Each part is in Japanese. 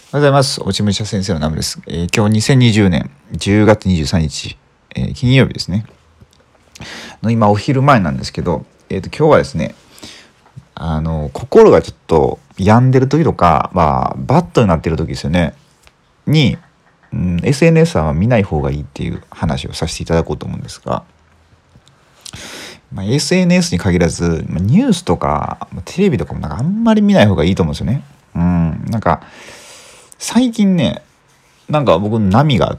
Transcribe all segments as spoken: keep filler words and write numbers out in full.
おはようございます。落ち武者先生のナムです。えー、今日にせんにじゅうねんじゅうがつにじゅうさんにち、えー、金曜日ですね。の今お昼前なんですけど、えー、と今日はですね、あの心がちょっと病んでる時とか、まあバットになってる時ですよね。に、うん、エスエヌエス は見ない方がいいっていう話をさせていただこうと思うんですが、まあ、エスエヌエス に限らず、まあ、ニュースとかテレビとかもなんかあんまり見ない方がいいと思うんですよね。うん、なんか最近ね、なんか僕波があって、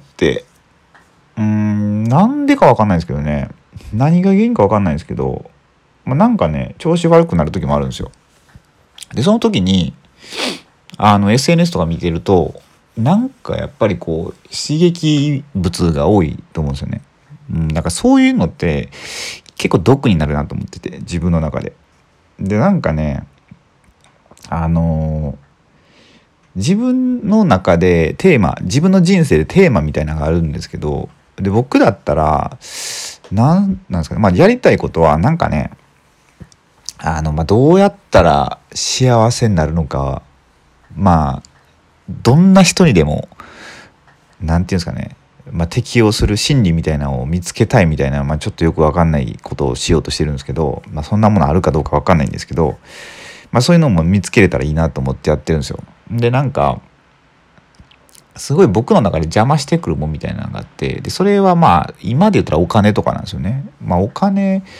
うーん、なんでかわかんないですけどね、何が原因かわかんないですけど、まあ、なんかね、調子悪くなる時もあるんですよ。で、その時に、あの、エスエヌエス とか見てると、なんかやっぱりこう、刺激物が多いと思うんですよね。うん、なんかそういうのって結構毒になるなと思ってて、自分の中で。で、なんかね、あのー自分の中でテーマ、自分の人生でテーマみたいなのがあるんですけど、で僕だったらなんなんですかね、まあやりたいことはなんかね、あのまあどうやったら幸せになるのか、まあどんな人にでもなんていうんですかね、まあ、適応する心理みたいなのを見つけたいみたいな、まあ、ちょっとよくわかんないことをしようとしてるんですけど、まあ、そんなものあるかどうかわかんないんですけど、まあ、そういうのも見つけれたらいいなと思ってやってるんですよ。でなんかすごい僕の中で邪魔してくるもんみたいなのがあって、でそれはまあ今で言ったらお金とかなんですよね。まあお金って、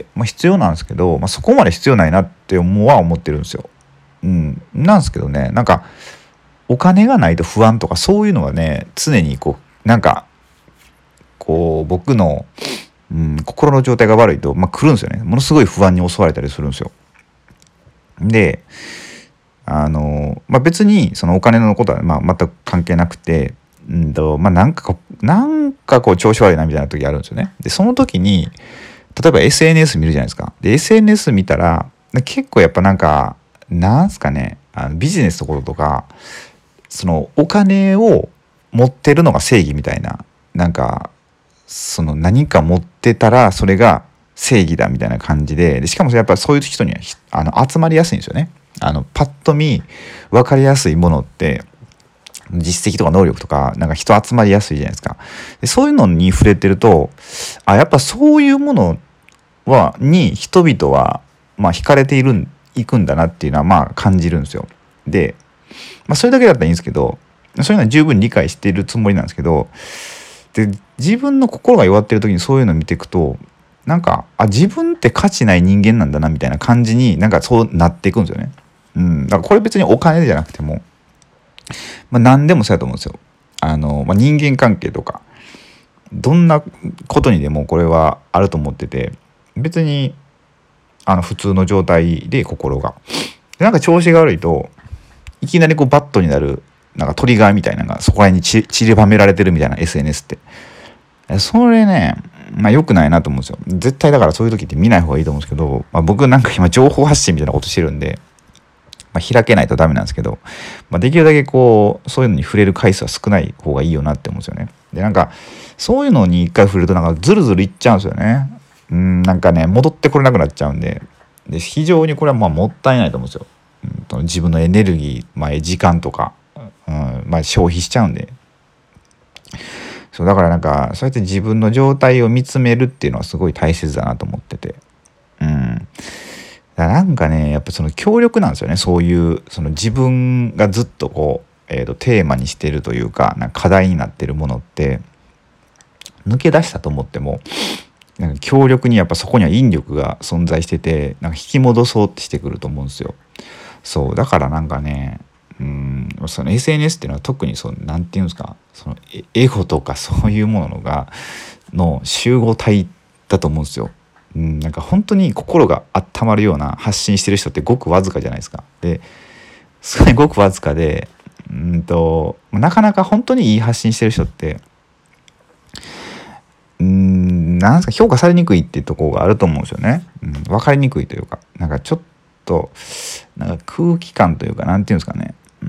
まあ、必要なんですけど、まあ、そこまで必要ないなって思うは思ってるんですよ。うん、なんですけどね、なんかお金がないと不安とかそういうのはね、常にこうなんかこう僕の、うん、心の状態が悪いと、まあ、来るんですよね。ものすごい不安に襲われたりするんですよ。であの、まあ、別にそのお金のことはまあ全く関係なくて、うんとまあ、なんかこうなんかこう調子悪いなみたいな時あるんですよね。でその時に例えば エスエヌエス 見るじゃないですか。で エスエヌエス 見たら結構やっぱなんかなんすかね、あのビジネスところとか、そのお金を持ってるのが正義みたいな、なんかその何か持ってたらそれが正義だみたいな感じで、でしかもやっぱそういう人にはあの集まりやすいんですよね。あのパッと見分かりやすいものって実績とか能力とかなんか人集まりやすいじゃないですか。でそういうのに触れてると、あやっぱそういうものはに人々はまあ惹かれているんいくんだなっていうのはまあ感じるんですよ。で、まあ、それだけだったらいいんですけど、そういうのは十分理解しているつもりなんですけど、で自分の心が弱ってる時にそういうのを見ていくと、なんかあ自分って価値ない人間なんだなみたいな感じになんかそうなっていくんですよね。うん、だからこれ別にお金じゃなくても、まあ、何でもそうやと思うんですよ。あの、まあ、人間関係とかどんなことにでもこれはあると思ってて、別にあの普通の状態で心がでなんか調子が悪いといきなりこうバットになるなんかトリガーみたいなのがそこら辺にち散りばめられてるみたいな エスエヌエス ってそれね、まあ良くないなと思うんですよ。絶対だからそういう時って見ない方がいいと思うんですけど、まあ、僕なんか今情報発信みたいなことしてるんで、まあ、開けないとダメなんですけど、まあ、できるだけこうそういうのに触れる回数は少ない方がいいよなって思うんですよね。でなんかそういうのに一回触れるとなんかズルズルいっちゃうんですよね。うんなんかね戻ってこれなくなっちゃうんで、で非常にこれはまあもったいないと思うんですよ。うん、自分のエネルギー、まあ、時間とか、うんまあ、消費しちゃうんで、そうだからなんかそうやって自分の状態を見つめるっていうのはすごい大切だなと思ってて、うんなんかねやっぱその強力なんですよね。そういうその自分がずっとこう、えーと、テーマにしてるというか、なんか課題になってるものって抜け出したと思ってもなんか強力にやっぱそこには引力が存在してて、なんか引き戻そうってしてくると思うんですよ。そうだからなんかね、うんその エスエヌエス っていうのは特にそのなんていうんですか、そのエゴとかそういうものがの集合体だと思うんですよ。うん、なんか本当に心が温まるような発信してる人ってごくわずかじゃないですか。で、それごくわずかで、うんとなかなか本当にいい発信してる人って、うんなんですか評価されにくいっていうところがあると思うんですよね。うん、分かりにくいというか、なんかちょっとなんか空気感というかなんていうんですかね。うん、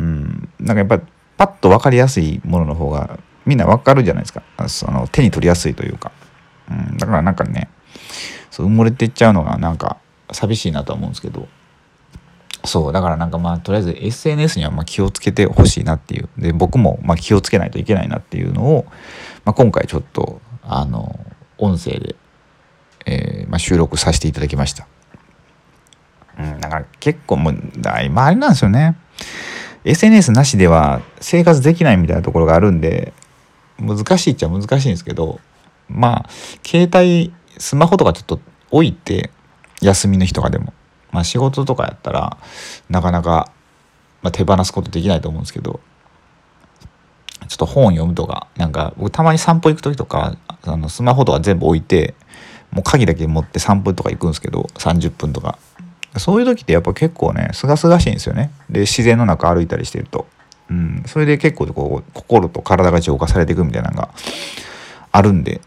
なんかやっぱパッと分かりやすいものの方がみんな分かるじゃないですか。その手に取りやすいというか、うん、だからなんかね。そう埋もれていっちゃうのがなんか寂しいなとは思うんですけど、 そうだからなんかまあとりあえず エスエヌエス にはまあ気をつけてほしいなっていうで僕もまあ気をつけないといけないなっていうのを、まあ、今回ちょっとあの音声で、えーまあ、収録させていただきました。うん、だから結構もうだ今あれなんですよね。エスエヌエス なしでは生活できないみたいなところがあるんで難しいっちゃ難しいんですけど、まあ携帯スマホとかちょっと置いて休みの日とかでも、まあ、仕事とかやったらなかなか、まあ、手放すことできないと思うんですけど、ちょっと本読むとかなんか僕たまに散歩行く時とかあのスマホとか全部置いてもう鍵だけ持って散歩とか行くんですけどさんじゅっぷんとかそういう時ってやっぱ結構ねすがすがしいんですよね。で自然の中歩いたりしてると、うん、それで結構こう心と体が浄化されていくみたいなのがあるんで、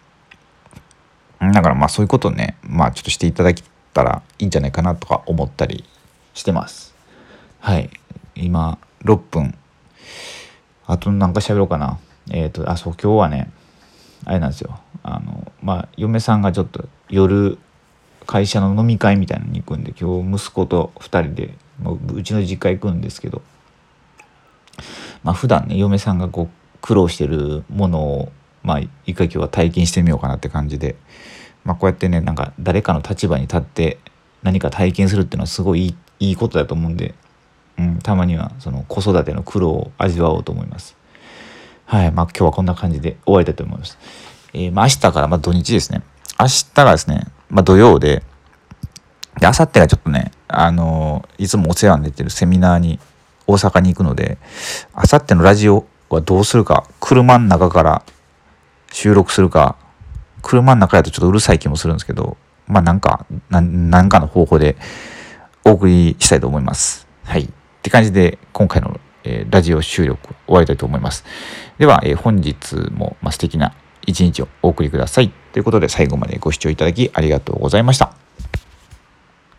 だからまあそういうことをねまあちょっとしていただけたらいいんじゃないかなとか思ったりしてます。はい、今ろっぷん、あと何か喋ろうかな。えっとあそう今日はねあれなんですよ、あのまあ嫁さんがちょっと夜会社の飲み会みたいなのに行くんで今日息子とふたりでもううちの実家行くんですけど、まあ普段ね嫁さんがこう苦労してるものをまあ一回今日は体験してみようかなって感じで、まあこうやってねなんか誰かの立場に立って何か体験するっていうのはすごいいい、いいことだと思うんで、うん、たまにはその子育ての苦労を味わおうと思います。はい、まあ今日はこんな感じで終わりたいと思います。えー、まあ明日からまあ土日ですね。明日がですね、まあ土曜で、で明後日がちょっとね、あのーいつもお世話に出てるセミナーに大阪に行くので、明後日のラジオはどうするか、車の中から収録するか、車の中だとちょっとうるさい気もするんですけど、まあなんか、ななんかの方法でお送りしたいと思います。はい。って感じで今回の、えーラジオ収録終わりたいと思います。では、えー本日も、まあ、素敵な一日をお送りください。ということで最後までご視聴いただきありがとうございました。